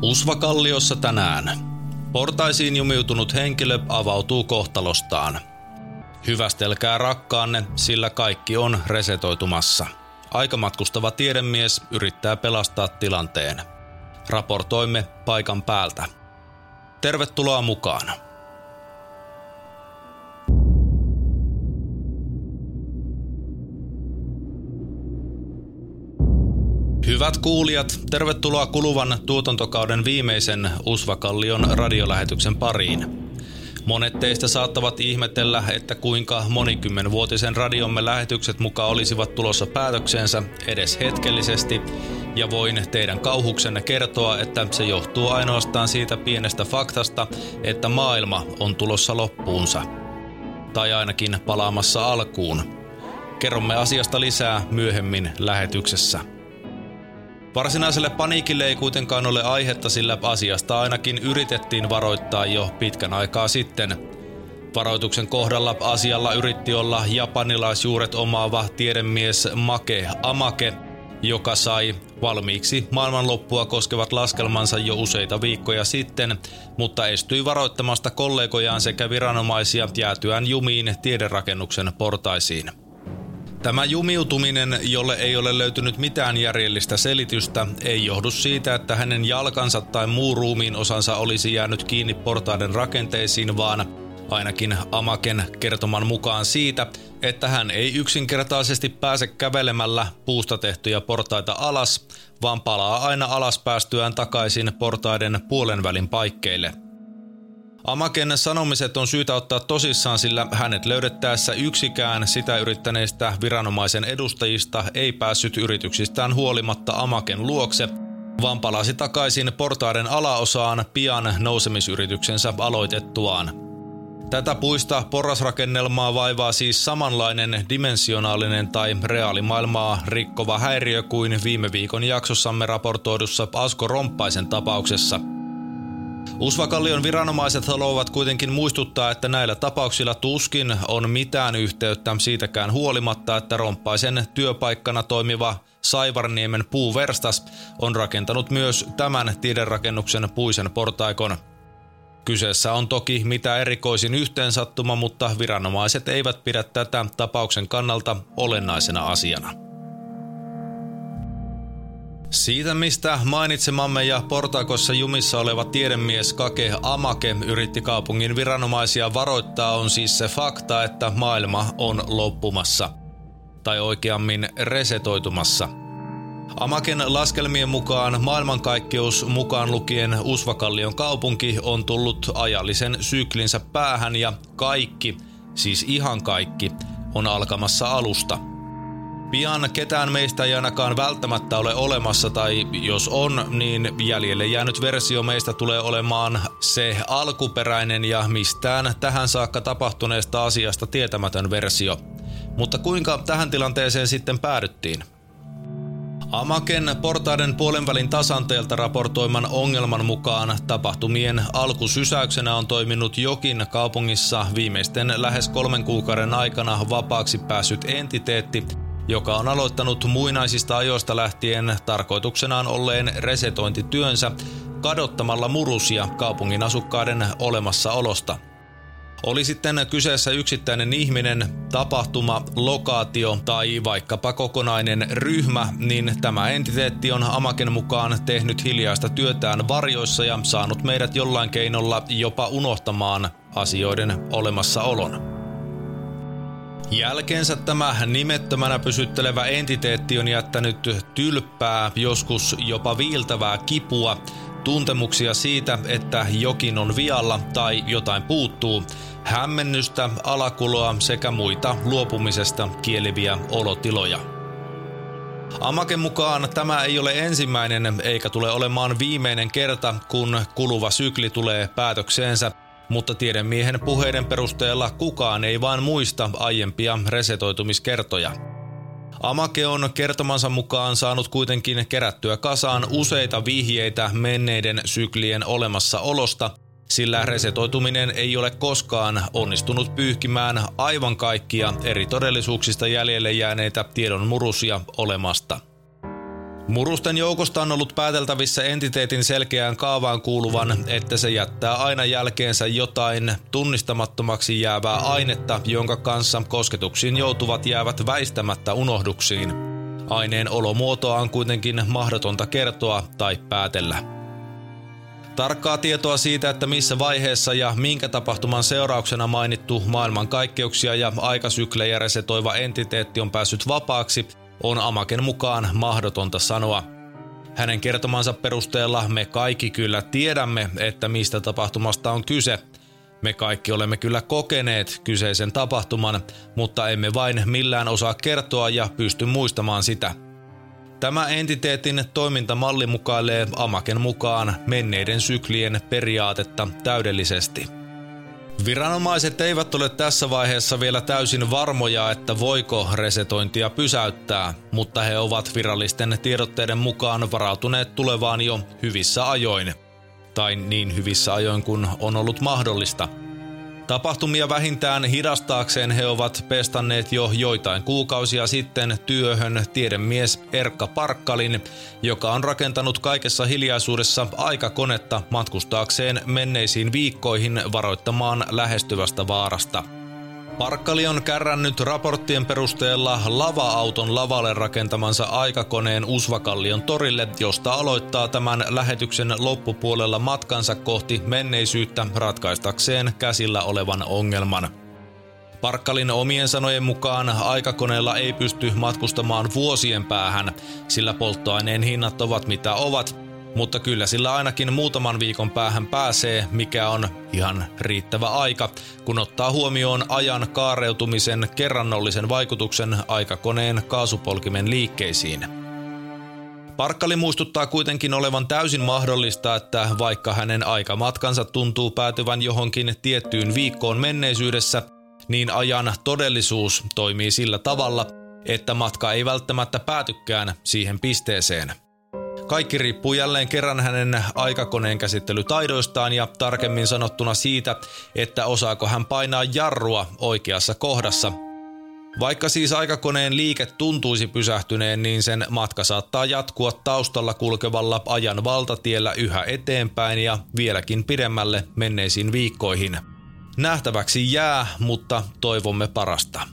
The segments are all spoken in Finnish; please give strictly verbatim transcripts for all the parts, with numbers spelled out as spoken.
Usvakalliossa tänään. Portaisiin jumiutunut henkilö avautuu kohtalostaan. Hyvästelkää rakkaanne, sillä kaikki on resetoitumassa. Aikamatkustava tiedemies yrittää pelastaa tilanteen. Raportoimme paikan päältä. Tervetuloa mukaan. Hyvät kuulijat, tervetuloa kuluvan tuotantokauden viimeisen Usvakallion radiolähetyksen pariin. Monet teistä saattavat ihmetellä, että kuinka monikymmenvuotisen radiomme lähetykset mukaan olisivat tulossa päätökseensä edes hetkellisesti, ja voin teidän kauhuksenne kertoa, että se johtuu ainoastaan siitä pienestä faktasta, että maailma on tulossa loppuunsa. Tai ainakin palaamassa alkuun. Kerromme asiasta lisää myöhemmin lähetyksessä. Varsinaiselle paniikille ei kuitenkaan ole aihetta, sillä asiasta ainakin yritettiin varoittaa jo pitkän aikaa sitten. Varoituksen kohdalla asialla yritti olla japanilaisjuuret omaava tiedemies Make Amake, joka sai valmiiksi maailmanloppua koskevat laskelmansa jo useita viikkoja sitten, mutta estyi varoittamasta kollegojaan sekä viranomaisia jäätyään jumiin tiederakennuksen portaisiin. Tämä jumiutuminen, jolle ei ole löytynyt mitään järjellistä selitystä, ei johdu siitä, että hänen jalkansa tai muu ruumiin osansa olisi jäänyt kiinni portaiden rakenteisiin, vaan ainakin Amaken kertoman mukaan siitä, että hän ei yksinkertaisesti pääse kävelemällä puusta tehtyjä portaita alas, vaan palaa aina alas päästyään takaisin portaiden puolenvälin paikkeille. Amaken sanomiset on syytä ottaa tosissaan, sillä hänet löydettäessä yksikään sitä yrittäneistä viranomaisen edustajista ei päässyt yrityksistään huolimatta Amaken luokse, vaan palasi takaisin portaiden alaosaan pian nousemisyrityksensä aloitettuaan. Tätä puista porrasrakennelmaa vaivaa siis samanlainen dimensionaalinen tai reaalimaailmaa rikkova häiriö kuin viime viikon jaksossamme raportoidussa Asko Romppaisen tapauksessa. Usvakallion viranomaiset haluavat kuitenkin muistuttaa, että näillä tapauksilla tuskin on mitään yhteyttä siitäkään huolimatta, että Romppaisen työpaikkana toimiva Saivarniemen puuverstas on rakentanut myös tämän tiederakennuksen puisen portaikon. Kyseessä on toki mitä erikoisin yhteensattuma, mutta viranomaiset eivät pidä tätä tapauksen kannalta olennaisena asiana. Siitä, mistä mainitsemamme ja portaikossa jumissa oleva tiedemies Kake Amake yritti kaupungin viranomaisia varoittaa, on siis se fakta, että maailma on loppumassa. Tai oikeammin resetoitumassa. Amaken laskelmien mukaan maailmankaikkeus mukaan lukien Usvakallion kaupunki on tullut ajallisen syklinsä päähän ja kaikki, siis ihan kaikki, on alkamassa alusta. Pian ketään meistä ei ainakaan välttämättä ole olemassa, tai jos on, niin jäljelle jäänyt versio meistä tulee olemaan se alkuperäinen ja mistään tähän saakka tapahtuneesta asiasta tietämätön versio. Mutta kuinka tähän tilanteeseen sitten päädyttiin? Amaken portaiden puolenvälin tasanteelta raportoiman ongelman mukaan tapahtumien alkusysäyksenä on toiminut jokin kaupungissa viimeisten lähes kolmen kuukauden aikana vapaaksi päässyt entiteetti, joka on aloittanut muinaisista ajoista lähtien tarkoituksenaan olleen resetointityönsä kadottamalla murusia kaupungin asukkaiden olemassaolosta. Oli sitten kyseessä yksittäinen ihminen, tapahtuma, lokaatio tai vaikkapa kokonainen ryhmä, niin tämä entiteetti on Amaken mukaan tehnyt hiljaista työtään varjoissa ja saanut meidät jollain keinolla jopa unohtamaan asioiden olemassaolon. Jälkeensä tämä nimettömänä pysyttelevä entiteetti on jättänyt tylppää, joskus jopa viiltävää kipua, tuntemuksia siitä, että jokin on vialla tai jotain puuttuu, hämmennystä, alakuloa sekä muita luopumisesta kieliviä olotiloja. Amaken mukaan tämä ei ole ensimmäinen eikä tule olemaan viimeinen kerta, kun kuluva sykli tulee päätökseensä, mutta tiedemiehen puheiden perusteella kukaan ei vaan muista aiempia resetoitumiskertoja. Amake on kertomansa mukaan saanut kuitenkin kerättyä kasaan useita vihjeitä menneiden syklien olemassaolosta, sillä resetoituminen ei ole koskaan onnistunut pyyhkimään aivan kaikkia eri todellisuuksista jäljelle jääneitä tiedon murusia olemasta. Murusten joukosta on ollut pääteltävissä entiteetin selkeään kaavaan kuuluvan, että se jättää aina jälkeensä jotain tunnistamattomaksi jäävää ainetta, jonka kanssa kosketuksiin joutuvat jäävät väistämättä unohduksiin. Aineen olomuotoa on kuitenkin mahdotonta kertoa tai päätellä. Tarkkaa tietoa siitä, että missä vaiheessa ja minkä tapahtuman seurauksena mainittu maailmankaikkeuksia ja aikasyklejä resetoiva entiteetti on päässyt vapaaksi, on Amaken mukaan mahdotonta sanoa. Hänen kertomansa perusteella me kaikki kyllä tiedämme, että mistä tapahtumasta on kyse. Me kaikki olemme kyllä kokeneet kyseisen tapahtuman, mutta emme vain millään osaa kertoa ja pysty muistamaan sitä. Tämä entiteetin toimintamalli mukailee Amaken mukaan menneiden syklien periaatetta täydellisesti. Viranomaiset eivät ole tässä vaiheessa vielä täysin varmoja, että voiko resetointia pysäyttää, mutta he ovat virallisten tiedotteiden mukaan varautuneet tulevaan jo hyvissä ajoin. Tai niin hyvissä ajoin kuin on ollut mahdollista. Tapahtumia vähintään hidastaakseen he ovat pestanneet jo joitain kuukausia sitten työhön tiedemies Erkka Parkkalin, joka on rakentanut kaikessa hiljaisuudessa aikakonetta matkustaakseen menneisiin viikkoihin varoittamaan lähestyvästä vaarasta. Parkkali on kärrännyt raporttien perusteella lava-auton lavalle rakentamansa aikakoneen Usvakallion torille, josta aloittaa tämän lähetyksen loppupuolella matkansa kohti menneisyyttä ratkaistakseen käsillä olevan ongelman. Parkkalin omien sanojen mukaan aikakoneella ei pysty matkustamaan vuosien päähän, sillä polttoaineen hinnat ovat mitä ovat, mutta kyllä sillä ainakin muutaman viikon päähän pääsee, mikä on ihan riittävä aika, kun ottaa huomioon ajan kaareutumisen kerrannollisen vaikutuksen aikakoneen kaasupolkimen liikkeisiin. Parkkali muistuttaa kuitenkin olevan täysin mahdollista, että vaikka hänen aikamatkansa tuntuu päätyvän johonkin tiettyyn viikkoon menneisyydessä, niin ajan todellisuus toimii sillä tavalla, että matka ei välttämättä päätykään siihen pisteeseen. Kaikki riippuu jälleen kerran hänen aikakoneen käsittelytaidoistaan ja tarkemmin sanottuna siitä, että osaako hän painaa jarrua oikeassa kohdassa. Vaikka siis aikakoneen liike tuntuisi pysähtyneen, niin sen matka saattaa jatkua taustalla kulkevalla ajan valtatiellä yhä eteenpäin ja vieläkin pidemmälle menneisiin viikkoihin. Nähtäväksi jää, mutta toivomme parasta.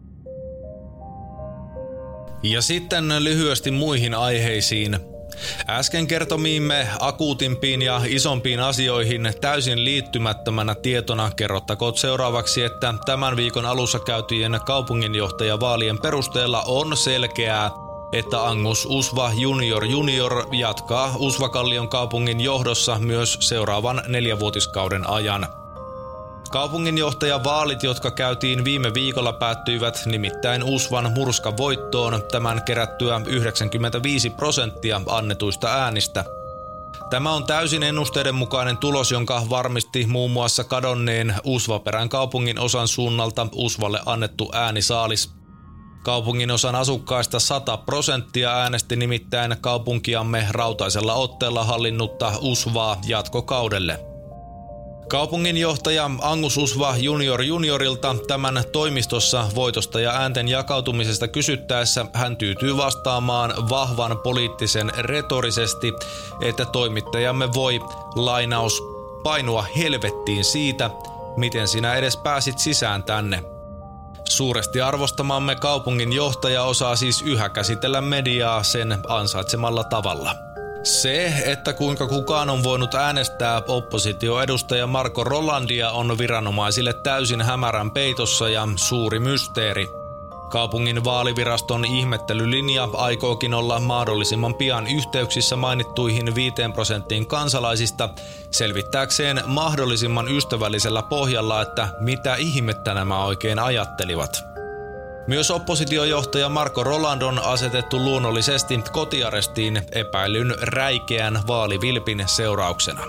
Ja sitten lyhyesti muihin aiheisiin. Äsken kertomiimme akuutimpiin ja isompiin asioihin täysin liittymättömänä tietona kerrottakoon seuraavaksi, että tämän viikon alussa käytyjen kaupunginjohtajavaalien perusteella on selkeää, että Angus Usva Junior Junior jatkaa Usvakallion kaupungin johdossa myös seuraavan neljävuotiskauden ajan. Kaupunginjohtajavaalit, jotka käytiin viime viikolla, päättyivät nimittäin Usvan murskavoittoon tämän kerättyä yhdeksänkymmentäviisi prosenttia annetuista äänistä. Tämä on täysin ennusteiden mukainen tulos, jonka varmisti muun muassa kadonneen Usvaperän kaupungin osan suunnalta Usvalle annettu äänisaalis. Kaupungin osan asukkaista sata prosenttia äänesti nimittäin kaupunkiamme rautaisella otteella hallinnutta Usvaa jatkokaudelle. Kaupunginjohtaja Angus Usva Junior Juniorilta tämän toimistossa voitosta ja äänten jakautumisesta kysyttäessä hän tyytyy vastaamaan vahvan poliittisen retorisesti, että toimittajamme voi, lainaus, painua helvettiin siitä, miten sinä edes pääsit sisään tänne. Suuresti arvostamamme kaupunginjohtaja osaa siis yhä käsitellä mediaa sen ansaitsemalla tavalla. Se, että kuinka kukaan on voinut äänestää oppositioedustaja Marko Rolandia, on viranomaisille täysin hämärän peitossa ja suuri mysteeri. Kaupungin vaaliviraston ihmettelylinja aikookin olla mahdollisimman pian yhteyksissä mainittuihin viiteen prosenttiin kansalaisista selvittääkseen mahdollisimman ystävällisellä pohjalla, että mitä ihmettä nämä oikein ajattelivat. Myös oppositiojohtaja Marko Roland on asetettu luonnollisesti kotiarestiin epäilyn räikeän vaalivilpin seurauksena.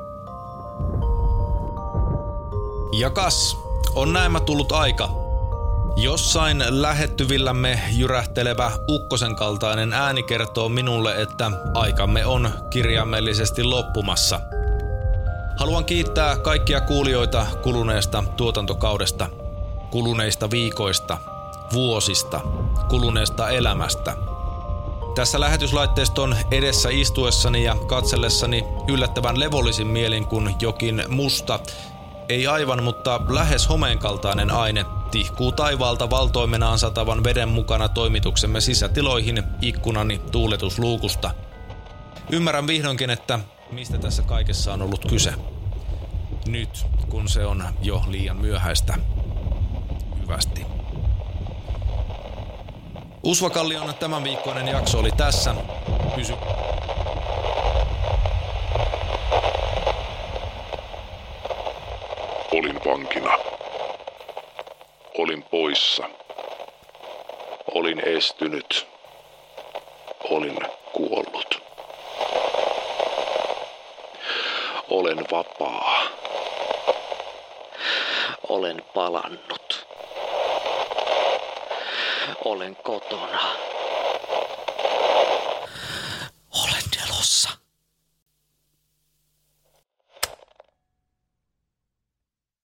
Ja kas, on näemmä tullut aika. Jossain lähettyvillämme jyrähtelevä ukkosen kaltainen ääni kertoo minulle, että aikamme on kirjaimellisesti loppumassa. Haluan kiittää kaikkia kuulijoita kuluneesta tuotantokaudesta, kuluneista viikoista, vuosista, kuluneesta elämästä. Tässä lähetyslaitteiston edessä istuessani ja katsellessani yllättävän levollisin mielin, kun jokin musta, ei aivan, mutta lähes homeenkaltainen aine tihkuu taivaalta valtoimenaan satavan veden mukana toimituksemme sisätiloihin ikkunani tuuletusluukusta. Ymmärrän vihdoinkin, että mistä tässä kaikessa on ollut kyse. Nyt, kun se on jo liian myöhäistä. Hyvästi. Usvakallion tämänviikkoinen jakso oli tässä. Pysy... Olin vankina. Olin poissa. Olin estynyt. Olin kuollut. Olen vapaa. Olen palannut. Olen kotona.